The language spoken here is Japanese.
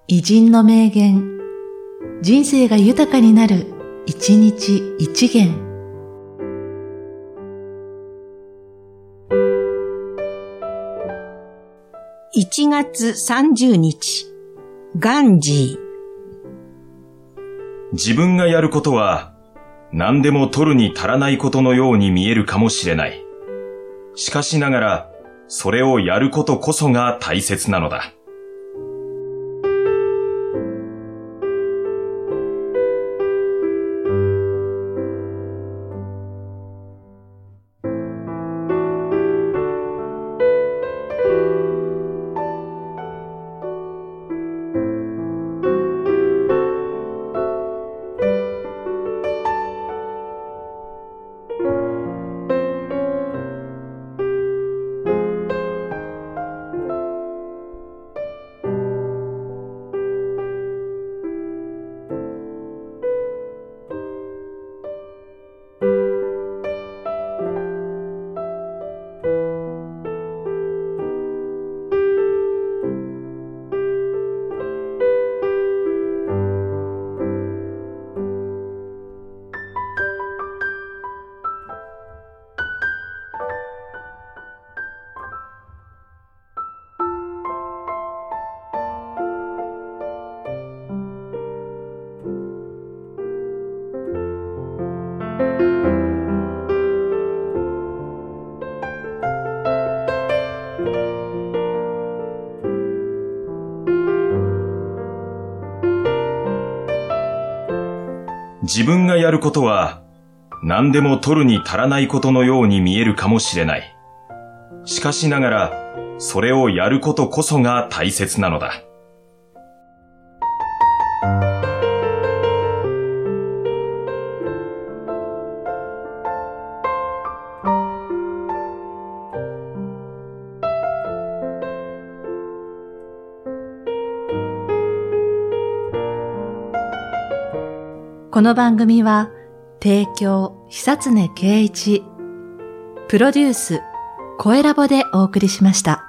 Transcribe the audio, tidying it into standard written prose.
偉人の名言、人生が豊かになる、一日一元。 1月30日、ガンジー。 自分がやることは何でも取るに足らないことのように見えるかもしれない。しかしながら、それをやることこそが大切なのだ。自分がやることは何でも取るに足らないことのように見えるかもしれない。しかしながら、それをやることこそが大切なのだ。 この番組は、提供、久常圭一、プロデュース、声ラボでお送りしました。